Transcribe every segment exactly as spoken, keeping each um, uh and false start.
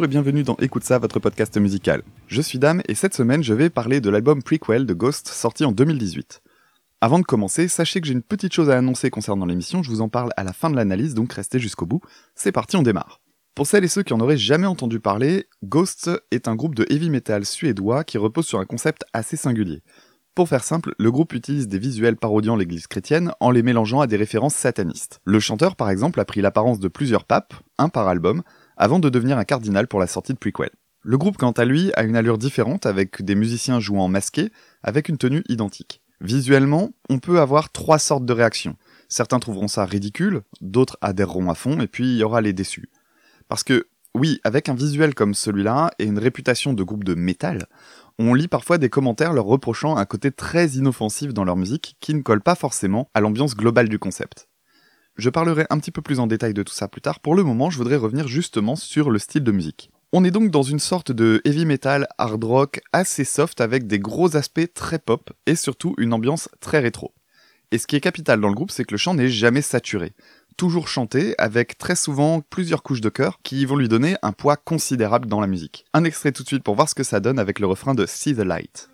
Bonjour et bienvenue dans Écoute ça, votre podcast musical. Je suis Dame et cette semaine je vais parler de l'album Prequel de Ghost sorti en deux mille dix-huit. Avant de commencer, sachez que j'ai une petite chose à annoncer concernant l'émission, je vous en parle à la fin de l'analyse, donc restez jusqu'au bout. C'est parti, on démarre. Pour celles et ceux qui en auraient jamais entendu parler, Ghost est un groupe de heavy metal suédois qui repose sur un concept assez singulier. Pour faire simple, le groupe utilise des visuels parodiant l'église chrétienne en les mélangeant à des références satanistes. Le chanteur par exemple a pris l'apparence de plusieurs papes, un par album, avant de devenir un cardinal pour la sortie de Prequel. Le groupe quant à lui a une allure différente avec des musiciens jouant masqués avec une tenue identique. Visuellement, on peut avoir trois sortes de réactions. Certains trouveront ça ridicule, d'autres adhéreront à fond et puis il y aura les déçus. Parce que, oui, avec un visuel comme celui-là et une réputation de groupe de métal, on lit parfois des commentaires leur reprochant un côté très inoffensif dans leur musique qui ne colle pas forcément à l'ambiance globale du concept. Je parlerai un petit peu plus en détail de tout ça plus tard, pour le moment je voudrais revenir justement sur le style de musique. On est donc dans une sorte de heavy metal hard rock assez soft avec des gros aspects très pop et surtout une ambiance très rétro. Et ce qui est capital dans le groupe, c'est que le chant n'est jamais saturé. Toujours chanté, avec très souvent plusieurs couches de chœur qui vont lui donner un poids considérable dans la musique. Un extrait tout de suite pour voir ce que ça donne avec le refrain de See the Light.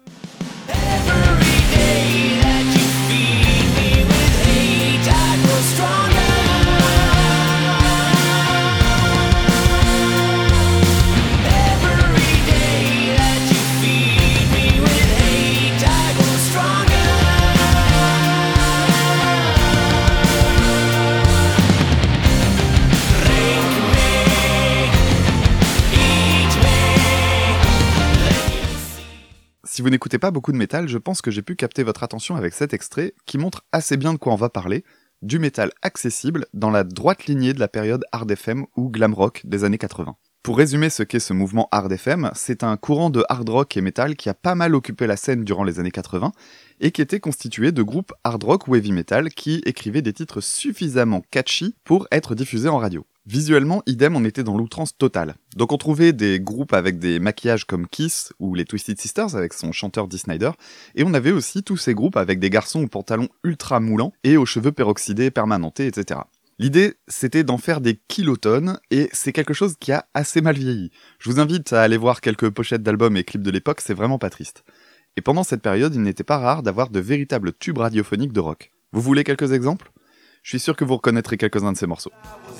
Si vous n'écoutez pas beaucoup de métal, je pense que j'ai pu capter votre attention avec cet extrait qui montre assez bien de quoi on va parler, du métal accessible dans la droite lignée de la période hard F M ou glam rock des années quatre-vingts. Pour résumer ce qu'est ce mouvement hard F M, c'est un courant de hard rock et métal qui a pas mal occupé la scène durant les années quatre-vingts et qui était constitué de groupes hard rock ou heavy metal qui écrivaient des titres suffisamment catchy pour être diffusés en radio. Visuellement, idem, on était dans l'outrance totale. Donc on trouvait des groupes avec des maquillages comme Kiss ou les Twisted Sisters avec son chanteur Dee Snider, et on avait aussi tous ces groupes avec des garçons aux pantalons ultra moulants et aux cheveux peroxydés, permanentés, et cetera. L'idée, c'était d'en faire des kilotonnes, et c'est quelque chose qui a assez mal vieilli. Je vous invite à aller voir quelques pochettes d'albums et clips de l'époque, c'est vraiment pas triste. Et pendant cette période, il n'était pas rare d'avoir de véritables tubes radiophoniques de rock. Vous voulez quelques exemples ? Je suis sûr que vous reconnaîtrez quelques-uns de ces morceaux.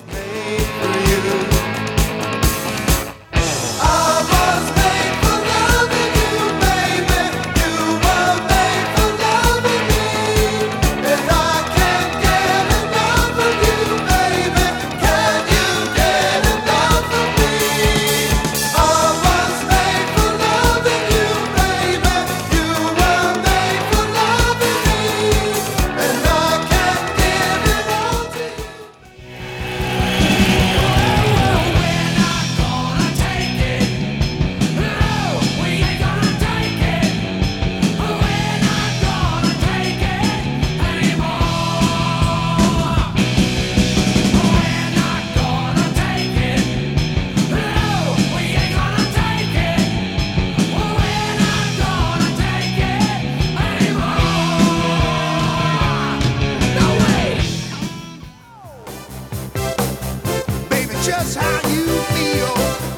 Just how you feel.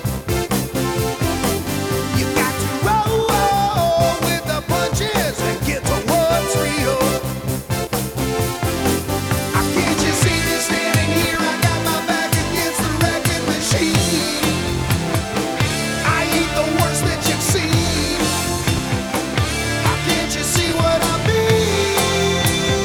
You got to roll with the punches and get to what's real. Can't you see me standing here? I got my back against the wrecking machine. I ain't the worst that you've seen. Can't you see what I mean?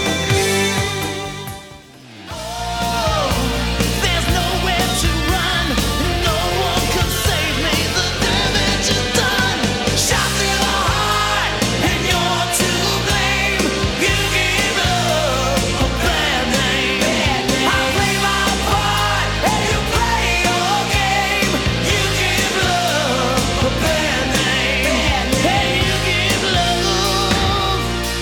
Oh, there's nowhere to run. No one can save me. The damage is done. Shot through the heart, and you're to blame. You gave up a bad name. I play my part, and you play your game. You give love a bad name, and you give love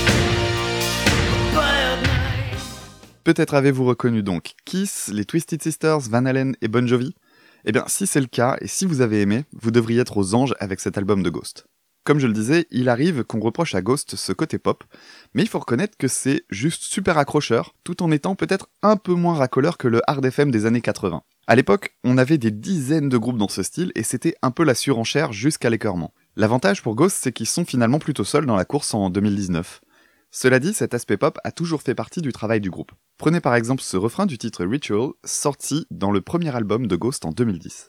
a bad name. Peut-être avez-vous reconnu donc Kiss, les Twisted Sisters, Van Halen et Bon Jovi ? Eh bien, si c'est le cas, et si vous avez aimé, vous devriez être aux anges avec cet album de Ghost. Comme je le disais, il arrive qu'on reproche à Ghost ce côté pop, mais il faut reconnaître que c'est juste super accrocheur, tout en étant peut-être un peu moins racoleur que le hard F M des années quatre-vingts. À l'époque, on avait des dizaines de groupes dans ce style, et c'était un peu la surenchère jusqu'à l'écœurement. L'avantage pour Ghost, c'est qu'ils sont finalement plutôt seuls dans la course en deux mille dix-neuf. Cela dit, cet aspect pop a toujours fait partie du travail du groupe. Prenez par exemple ce refrain du titre Ritual, sorti dans le premier album de Ghost en deux mille dix.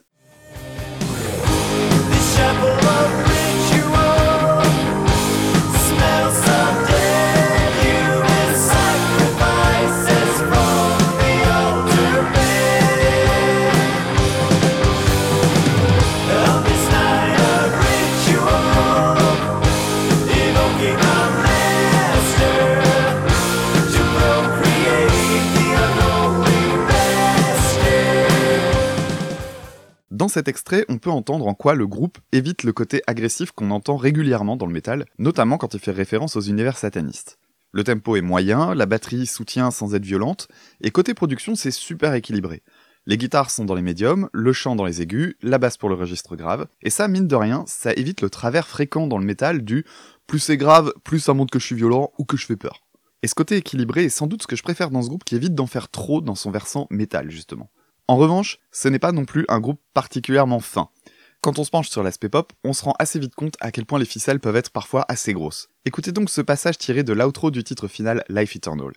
Dans cet extrait, on peut entendre en quoi le groupe évite le côté agressif qu'on entend régulièrement dans le métal, notamment quand il fait référence aux univers satanistes. Le tempo est moyen, la batterie soutient sans être violente, et côté production, c'est super équilibré. Les guitares sont dans les médiums, le chant dans les aigus, la basse pour le registre grave, et ça, mine de rien, ça évite le travers fréquent dans le métal du « plus c'est grave, plus ça montre que je suis violent ou que je fais peur ». Et ce côté équilibré est sans doute ce que je préfère dans ce groupe qui évite d'en faire trop dans son versant métal, justement. En revanche, ce n'est pas non plus un groupe particulièrement fin. Quand on se penche sur l'aspect pop, on se rend assez vite compte à quel point les ficelles peuvent être parfois assez grosses. Écoutez donc ce passage tiré de l'outro du titre final Life Eternal.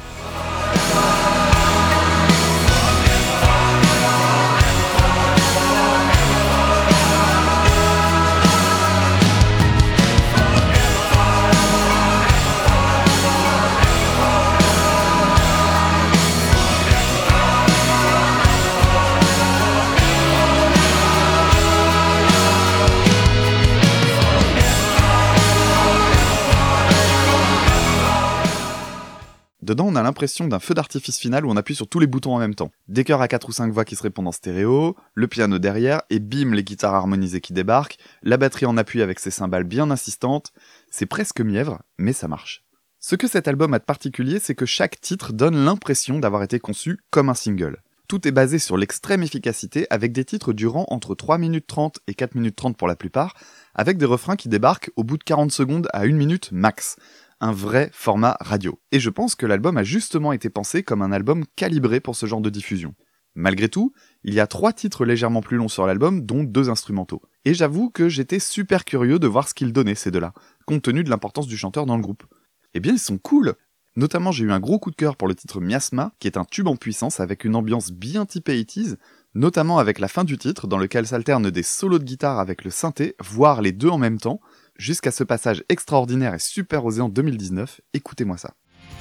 Dedans, on a l'impression d'un feu d'artifice final où on appuie sur tous les boutons en même temps. Des chœurs à quatre ou cinq voix qui se répondent en stéréo, le piano derrière, et bim, les guitares harmonisées qui débarquent, la batterie en appui avec ses cymbales bien insistantes. C'est presque mièvre, mais ça marche. Ce que cet album a de particulier, c'est que chaque titre donne l'impression d'avoir été conçu comme un single. Tout est basé sur l'extrême efficacité, avec des titres durant entre trois minutes trente et quatre minutes trente pour la plupart, avec des refrains qui débarquent au bout de quarante secondes à une minute max. Un vrai format radio. Et je pense que l'album a justement été pensé comme un album calibré pour ce genre de diffusion. Malgré tout, il y a trois titres légèrement plus longs sur l'album, dont deux instrumentaux. Et j'avoue que j'étais super curieux de voir ce qu'ils donnaient ces deux-là, compte tenu de l'importance du chanteur dans le groupe. Eh bien, ils sont cool. Notamment, j'ai eu un gros coup de cœur pour le titre Miasma, qui est un tube en puissance avec une ambiance bien typée eighties, notamment avec la fin du titre, dans lequel s'alternent des solos de guitare avec le synthé, voire les deux en même temps, jusqu'à ce passage extraordinaire et super osé en deux mille dix-neuf, écoutez-moi ça.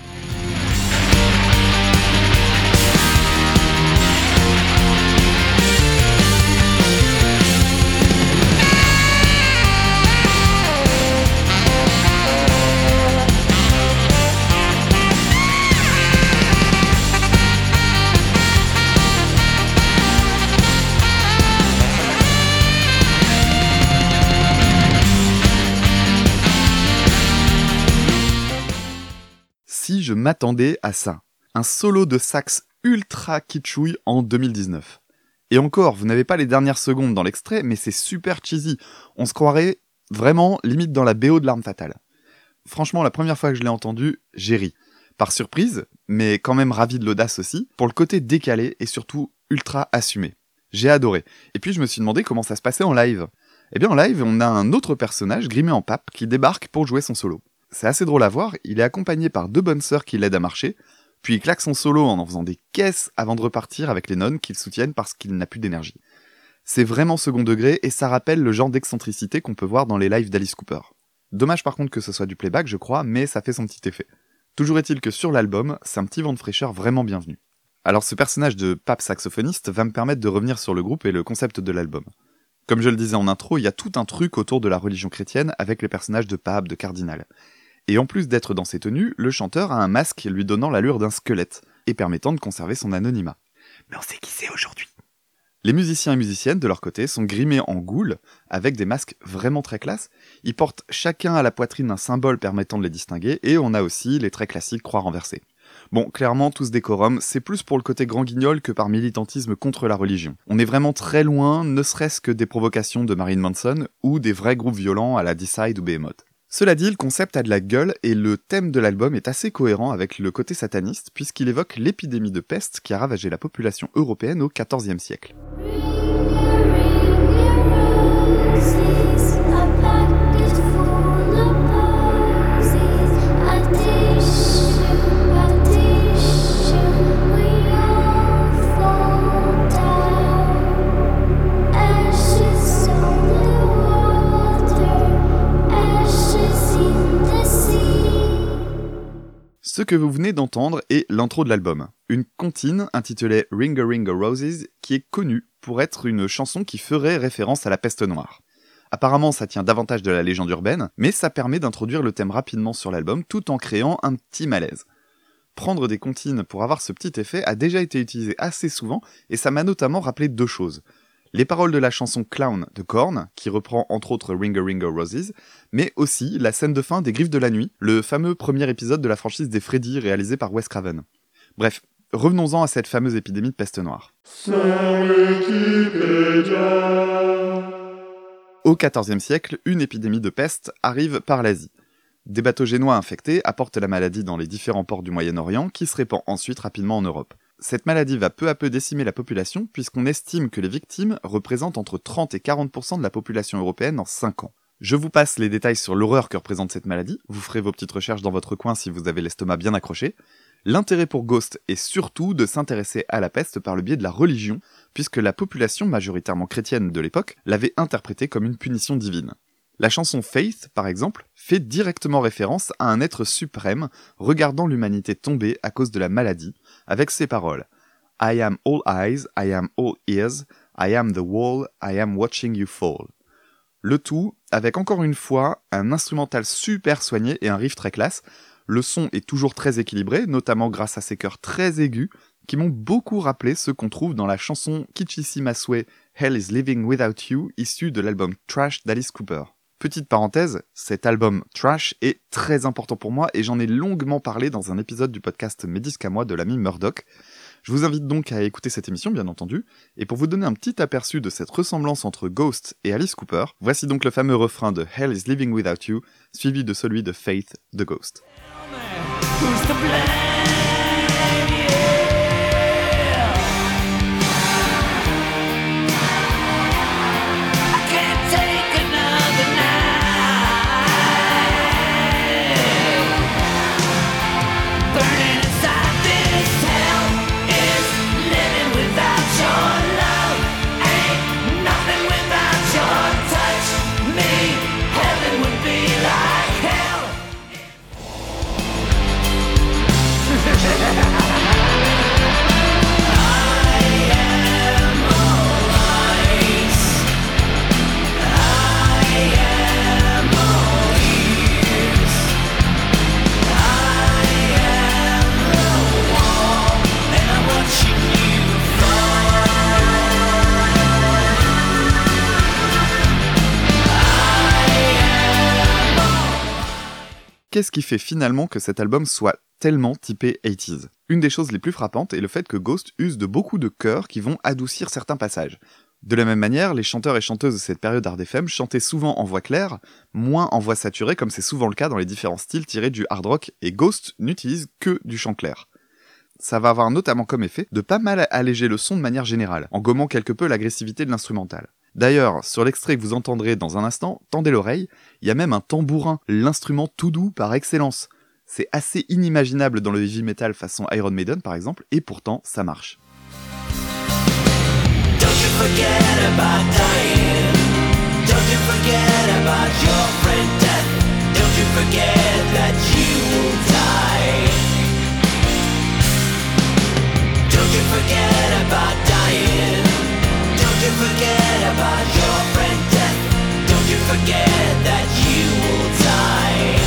Si je m'attendais à ça, un solo de sax ultra kitschouille en deux mille dix-neuf. Et encore, vous n'avez pas les dernières secondes dans l'extrait, mais c'est super cheesy. On se croirait vraiment limite dans la B O de L'Arme Fatale. Franchement, la première fois que je l'ai entendu, j'ai ri. Par surprise, mais quand même ravi de l'audace aussi, pour le côté décalé et surtout ultra assumé. J'ai adoré. Et puis je me suis demandé comment ça se passait en live. Eh bien en live, on a un autre personnage grimé en pape qui débarque pour jouer son solo. C'est assez drôle à voir, il est accompagné par deux bonnes sœurs qui l'aident à marcher, puis il claque son solo en en faisant des caisses avant de repartir avec les nonnes qui le soutiennent parce qu'il n'a plus d'énergie. C'est vraiment second degré et ça rappelle le genre d'excentricité qu'on peut voir dans les lives d'Alice Cooper. Dommage par contre que ce soit du playback je crois, mais ça fait son petit effet. Toujours est-il que sur l'album, c'est un petit vent de fraîcheur vraiment bienvenu. Alors ce personnage de pape saxophoniste va me permettre de revenir sur le groupe et le concept de l'album. Comme je le disais en intro, il y a tout un truc autour de la religion chrétienne avec les personnages de pape, de cardinal. Et en plus d'être dans ses tenues, le chanteur a un masque lui donnant l'allure d'un squelette, et permettant de conserver son anonymat. Mais on sait qui c'est aujourd'hui. Les musiciens et musiciennes, de leur côté, sont grimés en goule, avec des masques vraiment très classe. Ils portent chacun à la poitrine un symbole permettant de les distinguer, et on a aussi les très classiques croix renversées. Bon, clairement, tout ce décorum, c'est plus pour le côté grand guignol que par militantisme contre la religion. On est vraiment très loin, ne serait-ce que des provocations de Marilyn Manson ou des vrais groupes violents à la Decide ou Behemoth. Cela dit, le concept a de la gueule et le thème de l'album est assez cohérent avec le côté sataniste puisqu'il évoque l'épidémie de peste qui a ravagé la population européenne au quatorzième siècle. Ce que vous venez d'entendre est l'intro de l'album, une comptine intitulée Ring a Ring a Roses qui est connue pour être une chanson qui ferait référence à la peste noire. Apparemment ça tient davantage de la légende urbaine, mais ça permet d'introduire le thème rapidement sur l'album tout en créant un petit malaise. Prendre des comptines pour avoir ce petit effet a déjà été utilisé assez souvent et ça m'a notamment rappelé deux choses. Les paroles de la chanson Clown de Korn, qui reprend entre autres Ring a Ring a Roses, mais aussi la scène de fin des Griffes de la Nuit, le fameux premier épisode de la franchise des Freddy réalisé par Wes Craven. Bref, revenons-en à cette fameuse épidémie de peste noire. Au quatorzième siècle, une épidémie de peste arrive par l'Asie. Des bateaux génois infectés apportent la maladie dans les différents ports du Moyen-Orient, qui se répand ensuite rapidement en Europe. Cette maladie va peu à peu décimer la population, puisqu'on estime que les victimes représentent entre trente et quarante pour cent de la population européenne en cinq ans. Je vous passe les détails sur l'horreur que représente cette maladie, vous ferez vos petites recherches dans votre coin si vous avez l'estomac bien accroché. L'intérêt pour Ghost est surtout de s'intéresser à la peste par le biais de la religion, puisque la population majoritairement chrétienne de l'époque l'avait interprétée comme une punition divine. La chanson Faith, par exemple, fait directement référence à un être suprême regardant l'humanité tomber à cause de la maladie, avec ces paroles « I am all eyes, I am all ears, I am the wall, I am watching you fall ». Le tout avec encore une fois un instrumental super soigné et un riff très classe. Le son est toujours très équilibré, notamment grâce à ses chœurs très aigus, qui m'ont beaucoup rappelé ceux qu'on trouve dans la chanson Kichissima Sway Hell is Living Without You, issue de l'album Trash d'Alice Cooper. Petite parenthèse, cet album Trash est très important pour moi et j'en ai longuement parlé dans un épisode du podcast Mes disques à moi de l'ami Murdoch. Je vous invite donc à écouter cette émission, bien entendu, et pour vous donner un petit aperçu de cette ressemblance entre Ghost et Alice Cooper, voici donc le fameux refrain de Hell is Living Without You, suivi de celui de Faith de Ghost. Who's to blame? Yeah. I can't take another night. Burning inside this hell is living without your love. Ain't nothing without your touch. Me, heaven would be like hell. Qu'est-ce qui fait finalement que cet album soit tellement typé eighties? Une des choses les plus frappantes est le fait que Ghost use de beaucoup de chœurs qui vont adoucir certains passages. De la même manière, les chanteurs et chanteuses de cette période Hard F M chantaient souvent en voix claire, moins en voix saturée comme c'est souvent le cas dans les différents styles tirés du hard rock, et Ghost n'utilise que du chant clair. Ça va avoir notamment comme effet de pas mal alléger le son de manière générale, en gommant quelque peu l'agressivité de l'instrumental. D'ailleurs, sur l'extrait que vous entendrez dans un instant, tendez l'oreille, il y a même un tambourin, l'instrument tout doux par excellence. C'est assez inimaginable dans le heavy metal façon Iron Maiden par exemple, et pourtant ça marche. Don't you forget about dying. Don't you forget about your friend death. Don't you forget that you will die. Don't you forget about dying. Don't you forget about your friend death. Don't you forget that you will die.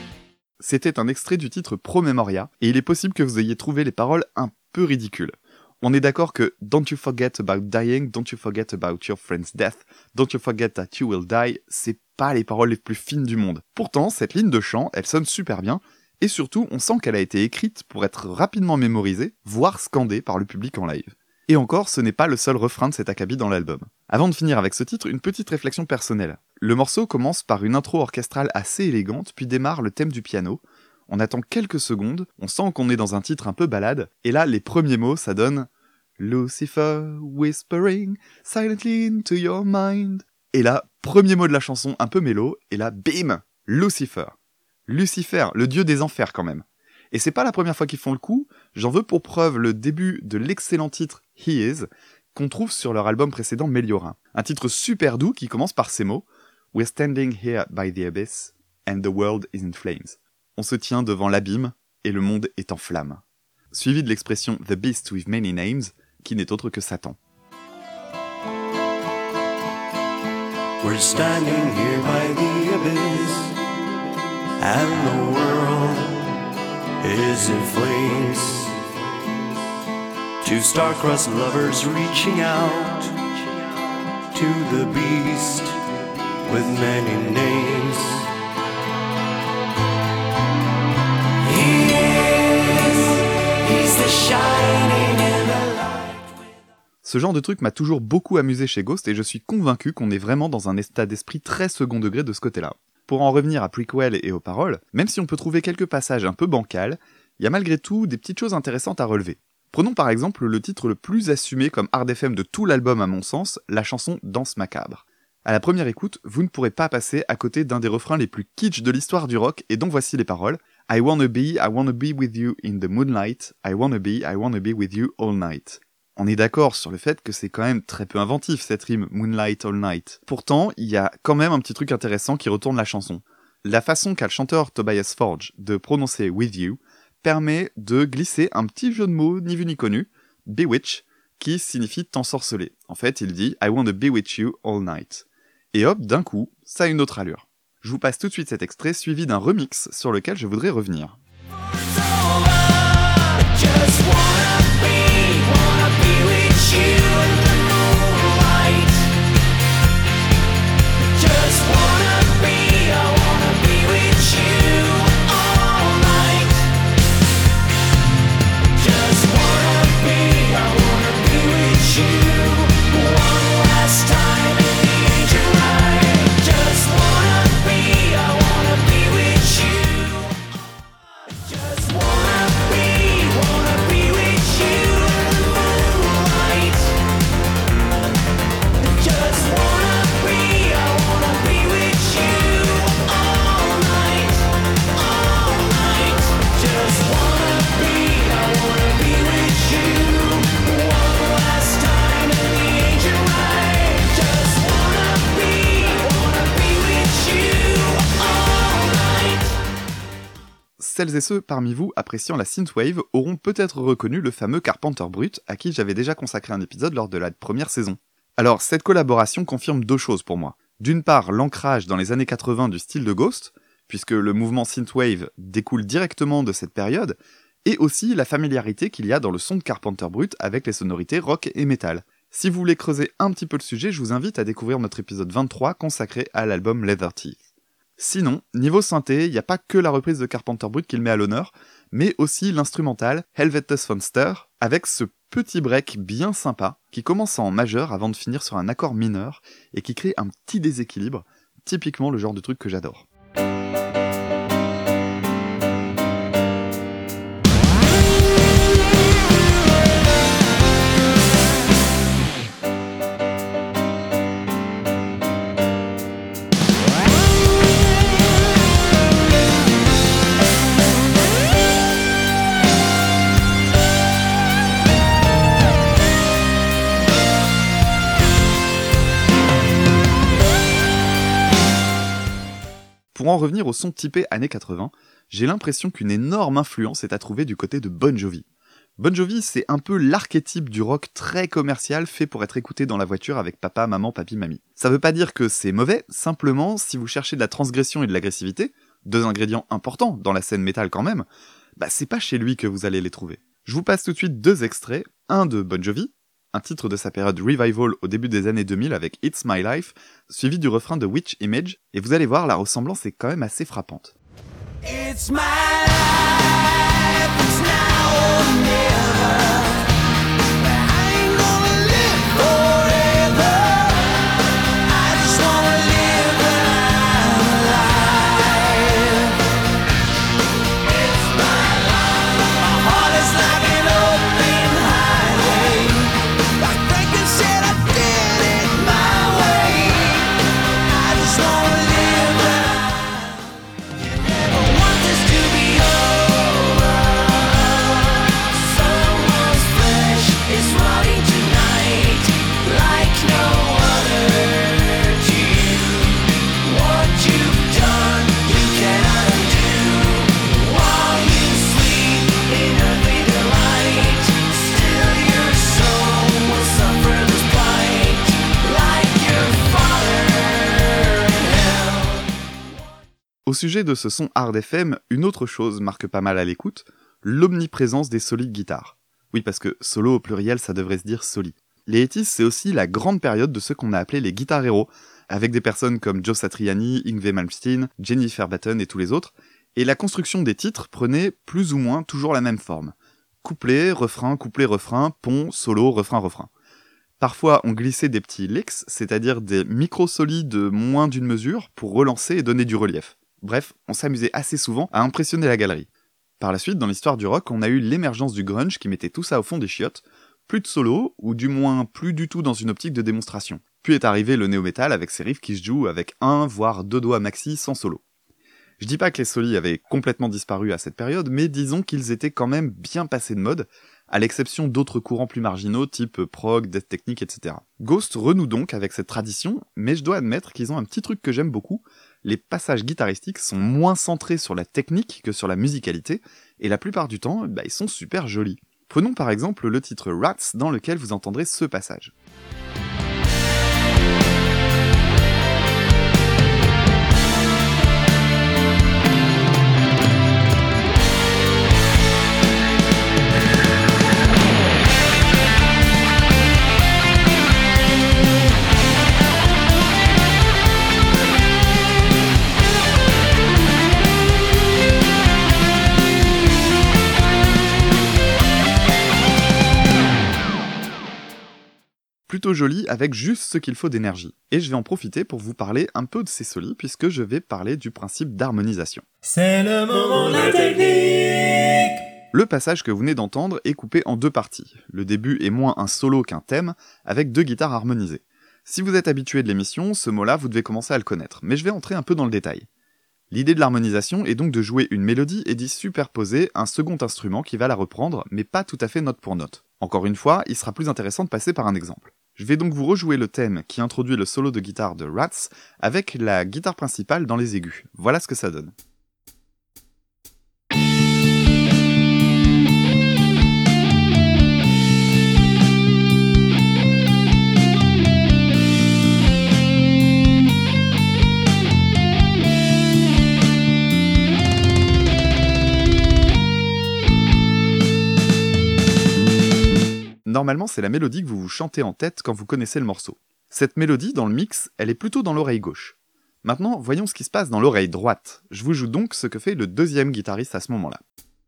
C'était un extrait du titre Pro Memoria, et il est possible que vous ayez trouvé les paroles un peu ridicules. On est d'accord que « Don't you forget about dying, don't you forget about your friend's death, don't you forget that you will die », c'est pas les paroles les plus fines du monde. Pourtant, cette ligne de chant, elle sonne super bien, et surtout, on sent qu'elle a été écrite pour être rapidement mémorisée, voire scandée par le public en live. Et encore, ce n'est pas le seul refrain de cet acabit dans l'album. Avant de finir avec ce titre, une petite réflexion personnelle. Le morceau commence par une intro orchestrale assez élégante, puis démarre le thème du piano. On attend quelques secondes, on sent qu'on est dans un titre un peu balade, et là, les premiers mots, ça donne « Lucifer whispering silently into your mind ». Et là, premier mot de la chanson un peu mélo, et là, bim, Lucifer. Lucifer, le dieu des enfers quand même. Et c'est pas la première fois qu'ils font le coup, j'en veux pour preuve le début de l'excellent titre He Is, qu'on trouve sur leur album précédent Meliorin. Un titre super doux qui commence par ces mots « We're standing here by the abyss, and the world is in flames ». On se tient devant l'abîme, et le monde est en flammes. Suivi de l'expression « The beast with many names », qui n'est autre que Satan. We're standing here by the abyss, and the world is in flames. Two star-crossed lovers reaching out to the beast with many names. He is, he's the shining in the light. Ce genre de truc m'a toujours beaucoup amusé chez Ghost et je suis convaincu qu'on est vraiment dans un état d'esprit très second degré de ce côté-là. Pour en revenir à Prequel et aux paroles, même si on peut trouver quelques passages un peu bancals, il y a malgré tout des petites choses intéressantes à relever. Prenons par exemple le titre le plus assumé comme hard F M de tout l'album à mon sens, la chanson Danse macabre. À la première écoute, vous ne pourrez pas passer à côté d'un des refrains les plus kitsch de l'histoire du rock, et dont voici les paroles. I wanna be, I wanna be with you in the moonlight, I wanna be, I wanna be with you all night. On est d'accord sur le fait que c'est quand même très peu inventif cette rime Moonlight All Night. Pourtant, il y a quand même un petit truc intéressant qui retourne la chanson. La façon qu'a le chanteur Tobias Forge de prononcer With You permet de glisser un petit jeu de mots ni vu ni connu, bewitch, qui signifie t'ensorceler. En fait, il dit I want to bewitch you all night. Et hop, d'un coup, ça a une autre allure. Je vous passe tout de suite cet extrait suivi d'un remix sur lequel je voudrais revenir. Celles et ceux parmi vous appréciant la synthwave auront peut-être reconnu le fameux Carpenter Brut à qui j'avais déjà consacré un épisode lors de la première saison. Alors cette collaboration confirme deux choses pour moi. D'une part, l'ancrage dans les années quatre-vingts du style de Ghost, puisque le mouvement synthwave découle directement de cette période, et aussi la familiarité qu'il y a dans le son de Carpenter Brut avec les sonorités rock et metal. Si vous voulez creuser un petit peu le sujet, je vous invite à découvrir notre épisode vingt-trois consacré à l'album Leather Teeth. Sinon, niveau synthé, il n'y a pas que la reprise de Carpenter Brut qui le met à l'honneur, mais aussi l'instrumental Helvetes Monster, avec ce petit break bien sympa, qui commence en majeur avant de finir sur un accord mineur, et qui crée un petit déséquilibre, typiquement le genre de truc que j'adore. Pour en revenir au son typé années quatre-vingts, j'ai l'impression qu'une énorme influence est à trouver du côté de Bon Jovi. Bon Jovi, c'est un peu l'archétype du rock très commercial fait pour être écouté dans la voiture avec papa, maman, papi, mamie. Ça veut pas dire que c'est mauvais, simplement, si vous cherchez de la transgression et de l'agressivité, deux ingrédients importants dans la scène métal quand même, bah c'est pas chez lui que vous allez les trouver. Je vous passe tout de suite deux extraits, un de Bon Jovi, un titre de sa période Revival au début des années deux mille avec It's My Life, suivi du refrain de Witch Image, et vous allez voir, la ressemblance est quand même assez frappante. It's my life, it's now or never. I ain't gonna live forever. I just wanna live when I'm alive. It's my life. My heart is like an open highway. Like Franklin said, I did it my way. I just wanna live when I want this to be over. Someone's flesh is rotting tonight, like no other to you. What you've done, you cannot undo. While you sleep in earthly delight, still your soul will suffer this plight, like your father in hell. Au sujet de ce son hard F M, une autre chose marque pas mal à l'écoute, l'omniprésence des solis de guitare. Oui, parce que solo au pluriel, ça devrait se dire soli. Les eighties, c'est aussi la grande période de ce qu'on a appelé les guitar héros, avec des personnes comme Joe Satriani, Yngwie Malmsteen, Jennifer Batten et tous les autres, et la construction des titres prenait plus ou moins toujours la même forme. Couplet, refrain, couplet, refrain, pont, solo, refrain, refrain. Parfois, on glissait des petits licks, c'est-à-dire des micro-solis de moins d'une mesure, pour relancer et donner du relief. Bref, on s'amusait assez souvent à impressionner la galerie. Par la suite, dans l'histoire du rock, on a eu l'émergence du grunge qui mettait tout ça au fond des chiottes, plus de solo, ou du moins plus du tout dans une optique de démonstration. Puis est arrivé le néo-metal avec ses riffs qui se jouent avec un, voire deux doigts maxi sans solo. Je dis pas que les solis avaient complètement disparu à cette période, mais disons qu'ils étaient quand même bien passés de mode, à l'exception d'autres courants plus marginaux type prog, death technique, et cetera. Ghost renoue donc avec cette tradition, mais je dois admettre qu'ils ont un petit truc que j'aime beaucoup, les passages guitaristiques sont moins centrés sur la technique que sur la musicalité, et la plupart du temps, bah, ils sont super jolis. Prenons par exemple le titre Rats dans lequel vous entendrez ce passage. Plutôt joli avec juste ce qu'il faut d'énergie. Et je vais en profiter pour vous parler un peu de ces solis puisque je vais parler du principe d'harmonisation. C'est le moment de la technique. Le passage que vous venez d'entendre est coupé en deux parties. Le début est moins un solo qu'un thème, avec deux guitares harmonisées. Si vous êtes habitué de l'émission, ce mot-là vous devez commencer à le connaître, mais je vais entrer un peu dans le détail. L'idée de l'harmonisation est donc de jouer une mélodie et d'y superposer un second instrument qui va la reprendre, mais pas tout à fait note pour note. Encore une fois, il sera plus intéressant de passer par un exemple. Je vais donc vous rejouer le thème qui introduit le solo de guitare de Rats avec la guitare principale dans les aigus. Voilà ce que ça donne. Normalement, c'est la mélodie que vous vous chantez en tête quand vous connaissez le morceau. Cette mélodie, dans le mix, elle est plutôt dans l'oreille gauche. Maintenant, voyons ce qui se passe dans l'oreille droite. Je vous joue donc ce que fait le deuxième guitariste à ce moment-là.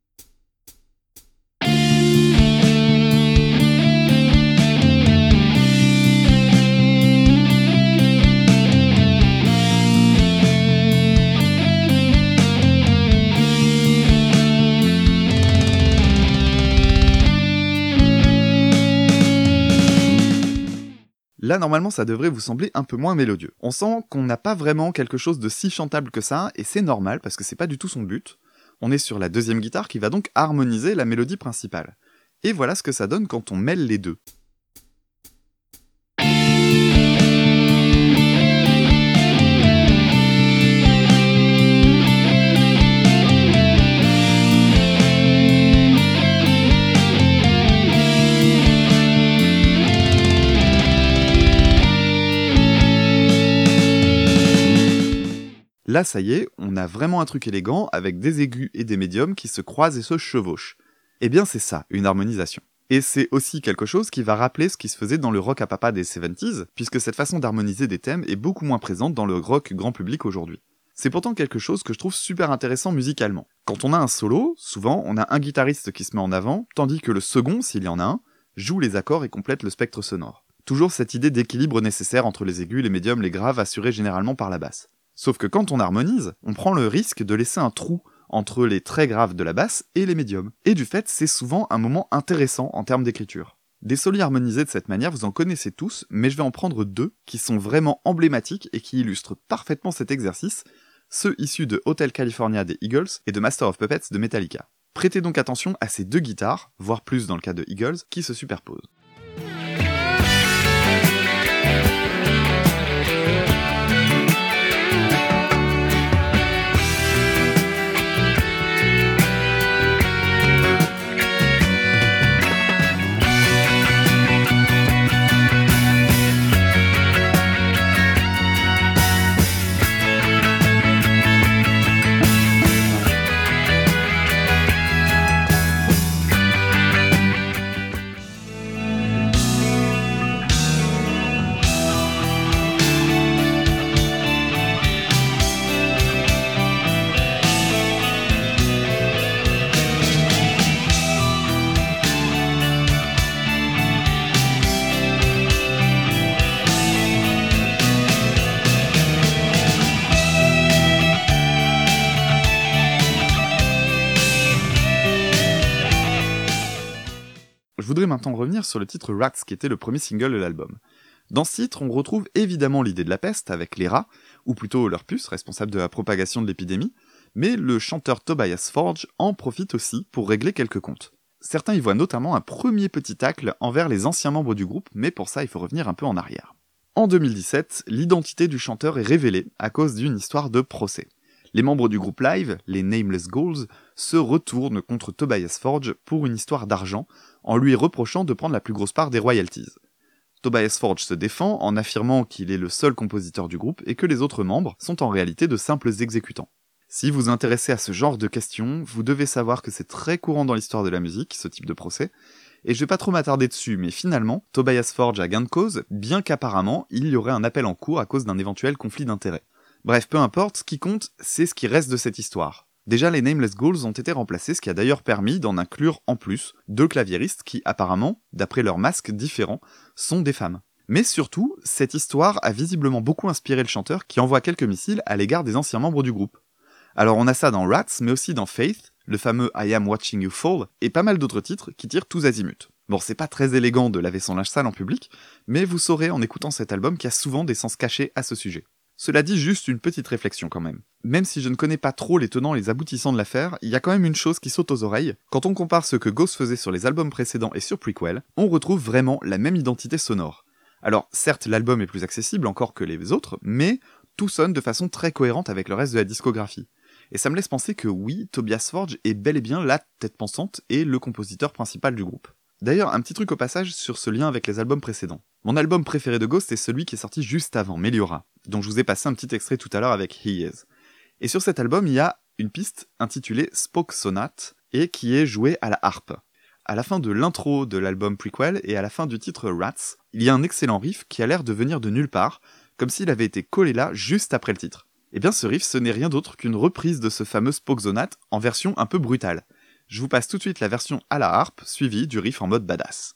Là, normalement, ça devrait vous sembler un peu moins mélodieux. On sent qu'on n'a pas vraiment quelque chose de si chantable que ça, et c'est normal, parce que c'est pas du tout son but. On est sur la deuxième guitare qui va donc harmoniser la mélodie principale. Et voilà ce que ça donne quand on mêle les deux. Là, ça y est, on a vraiment un truc élégant avec des aigus et des médiums qui se croisent et se chevauchent. Eh bien c'est ça, une harmonisation. Et c'est aussi quelque chose qui va rappeler ce qui se faisait dans le rock à papa des soixante-dix, puisque cette façon d'harmoniser des thèmes est beaucoup moins présente dans le rock grand public aujourd'hui. C'est pourtant quelque chose que je trouve super intéressant musicalement. Quand on a un solo, souvent on a un guitariste qui se met en avant, tandis que le second, s'il y en a un, joue les accords et complète le spectre sonore. Toujours cette idée d'équilibre nécessaire entre les aigus, les médiums, les graves, assurés généralement par la basse. Sauf que quand on harmonise, on prend le risque de laisser un trou entre les très graves de la basse et les médiums. Et du fait, c'est souvent un moment intéressant en termes d'écriture. Des solis harmonisés de cette manière, vous en connaissez tous, mais je vais en prendre deux qui sont vraiment emblématiques et qui illustrent parfaitement cet exercice, ceux issus de Hotel California des Eagles et de Master of Puppets de Metallica. Prêtez donc attention à ces deux guitares, voire plus dans le cas de Eagles, qui se superposent. Je voudrais maintenant revenir sur le titre Rats, qui était le premier single de l'album. Dans ce titre, on retrouve évidemment l'idée de la peste, avec les rats, ou plutôt leurs puces, responsables de la propagation de l'épidémie, mais le chanteur Tobias Forge en profite aussi pour régler quelques comptes. Certains y voient notamment un premier petit tacle envers les anciens membres du groupe, mais pour ça il faut revenir un peu en arrière. En deux mille dix-sept, l'identité du chanteur est révélée à cause d'une histoire de procès. Les membres du groupe live, les Nameless Ghouls, se retournent contre Tobias Forge pour une histoire d'argent, en lui reprochant de prendre la plus grosse part des royalties. Tobias Forge se défend en affirmant qu'il est le seul compositeur du groupe et que les autres membres sont en réalité de simples exécutants. Si vous vous intéressez à ce genre de questions, vous devez savoir que c'est très courant dans l'histoire de la musique, ce type de procès, et je vais pas trop m'attarder dessus, mais finalement, Tobias Forge a gain de cause, bien qu'apparemment, il y aurait un appel en cours à cause d'un éventuel conflit d'intérêts. Bref, peu importe, ce qui compte, c'est ce qui reste de cette histoire. Déjà, les Nameless Ghouls ont été remplacés, ce qui a d'ailleurs permis d'en inclure en plus deux claviéristes qui, apparemment, d'après leurs masques différents, sont des femmes. Mais surtout, cette histoire a visiblement beaucoup inspiré le chanteur qui envoie quelques missiles à l'égard des anciens membres du groupe. Alors on a ça dans Rats, mais aussi dans Faith, le fameux I Am Watching You Fall, et pas mal d'autres titres qui tirent tous azimuts. Bon, c'est pas très élégant de laver son linge sale en public, mais vous saurez en écoutant cet album qu'il y a souvent des sens cachés à ce sujet. Cela dit, juste une petite réflexion quand même. Même si je ne connais pas trop les tenants et les aboutissants de l'affaire, il y a quand même une chose qui saute aux oreilles. Quand on compare ce que Ghost faisait sur les albums précédents et sur Prequel, on retrouve vraiment la même identité sonore. Alors, certes, l'album est plus accessible encore que les autres, mais tout sonne de façon très cohérente avec le reste de la discographie. Et ça me laisse penser que oui, Tobias Forge est bel et bien la tête pensante et le compositeur principal du groupe. D'ailleurs, un petit truc au passage sur ce lien avec les albums précédents. Mon album préféré de Ghost est celui qui est sorti juste avant, Meliora, dont je vous ai passé un petit extrait tout à l'heure avec He Is. Et sur cet album, il y a une piste intitulée Spoke Sonate, et qui est jouée à la harpe. À la fin de l'intro de l'album Prequel et à la fin du titre Rats, il y a un excellent riff qui a l'air de venir de nulle part, comme s'il avait été collé là juste après le titre. Et bien ce riff, ce n'est rien d'autre qu'une reprise de ce fameux Spoke Sonate en version un peu brutale. Je vous passe tout de suite la version à la harpe, suivie du riff en mode badass.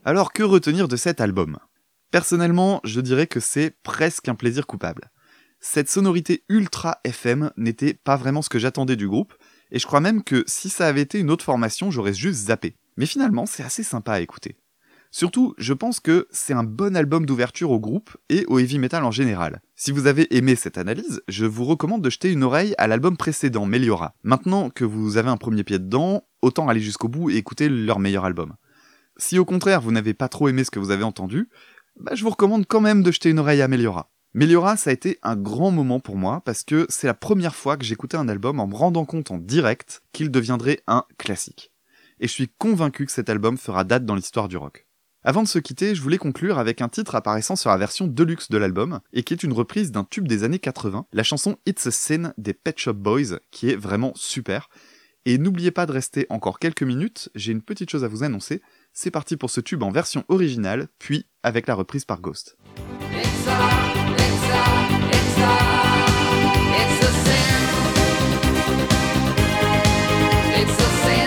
Alors que retenir de cet album ? Personnellement, je dirais que c'est presque un plaisir coupable. Cette sonorité ultra F M n'était pas vraiment ce que j'attendais du groupe, et je crois même que si ça avait été une autre formation, j'aurais juste zappé. Mais finalement, c'est assez sympa à écouter. Surtout, je pense que c'est un bon album d'ouverture au groupe et au heavy metal en général. Si vous avez aimé cette analyse, je vous recommande de jeter une oreille à l'album précédent, Meliora. Maintenant que vous avez un premier pied dedans, autant aller jusqu'au bout et écouter leur meilleur album. Si au contraire vous n'avez pas trop aimé ce que vous avez entendu, bah je vous recommande quand même de jeter une oreille à Meliora. Meliora, ça a été un grand moment pour moi parce que c'est la première fois que j'écoutais un album en me rendant compte en direct qu'il deviendrait un classique. Et je suis convaincu que cet album fera date dans l'histoire du rock. Avant de se quitter, je voulais conclure avec un titre apparaissant sur la version deluxe de l'album, et qui est une reprise d'un tube des années quatre-vingts, la chanson It's a Sin des Pet Shop Boys, qui est vraiment super. Et n'oubliez pas de rester encore quelques minutes, j'ai une petite chose à vous annoncer, c'est parti pour ce tube en version originale, puis avec la reprise par Ghost. It's a, it's a, it's a, it's a sin. It's a sin.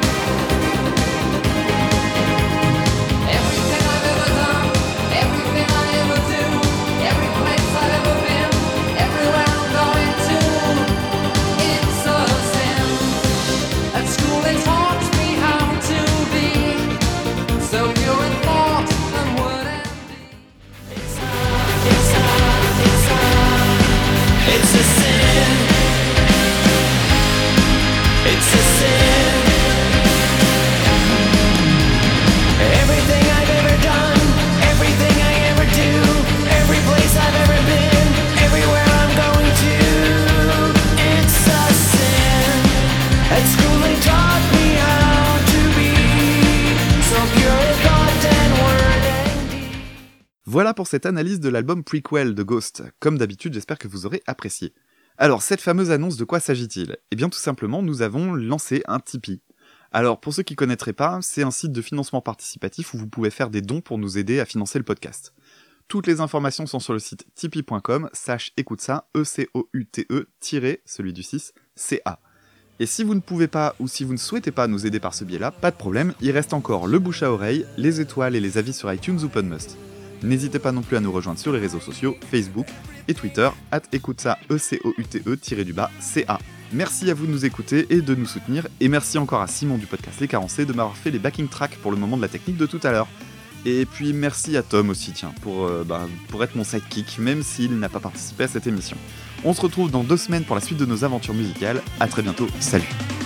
Everything I've ever done, everything I ever do, every place I've ever been, everywhere I'm going to, it's a sin. At school they taught me how to be so pure in thought and word and deed. It's a, it's a, it's a, it's a sin. It's a sin. Everything I've ever done, everything I ever do, every place I've ever been, everywhere I'm going to, it's a sin. At school they taught me how to be so pure in thought and word and deed. Voilà pour cette analyse de l'album Prequel de Ghost. Comme d'habitude, j'espère que vous aurez apprécié. Alors, cette fameuse annonce, de quoi s'agit-il ? Eh bien, tout simplement, nous avons lancé un Tipeee. Alors, pour ceux qui connaîtraient pas, c'est un site de financement participatif où vous pouvez faire des dons pour nous aider à financer le podcast. Toutes les informations sont sur le site tipeee point com slash écoute ça, E C O U T E, tiré, celui du six, C A. Et si vous ne pouvez pas ou si vous ne souhaitez pas nous aider par ce biais-là, pas de problème, il reste encore le bouche à oreille, les étoiles et les avis sur iTunes ou Podmust. N'hésitez pas non plus à nous rejoindre sur les réseaux sociaux, Facebook et Twitter, at écoute ça, E C O U T E, tiré du bas, C A. Merci à vous de nous écouter et de nous soutenir, et merci encore à Simon du podcast Les Carencés de m'avoir fait les backing tracks pour le moment de la technique de tout à l'heure. Et puis merci à Tom aussi, tiens, pour, euh, bah, pour être mon sidekick, même s'il n'a pas participé à cette émission. On se retrouve dans deux semaines pour la suite de nos aventures musicales, à très bientôt, salut.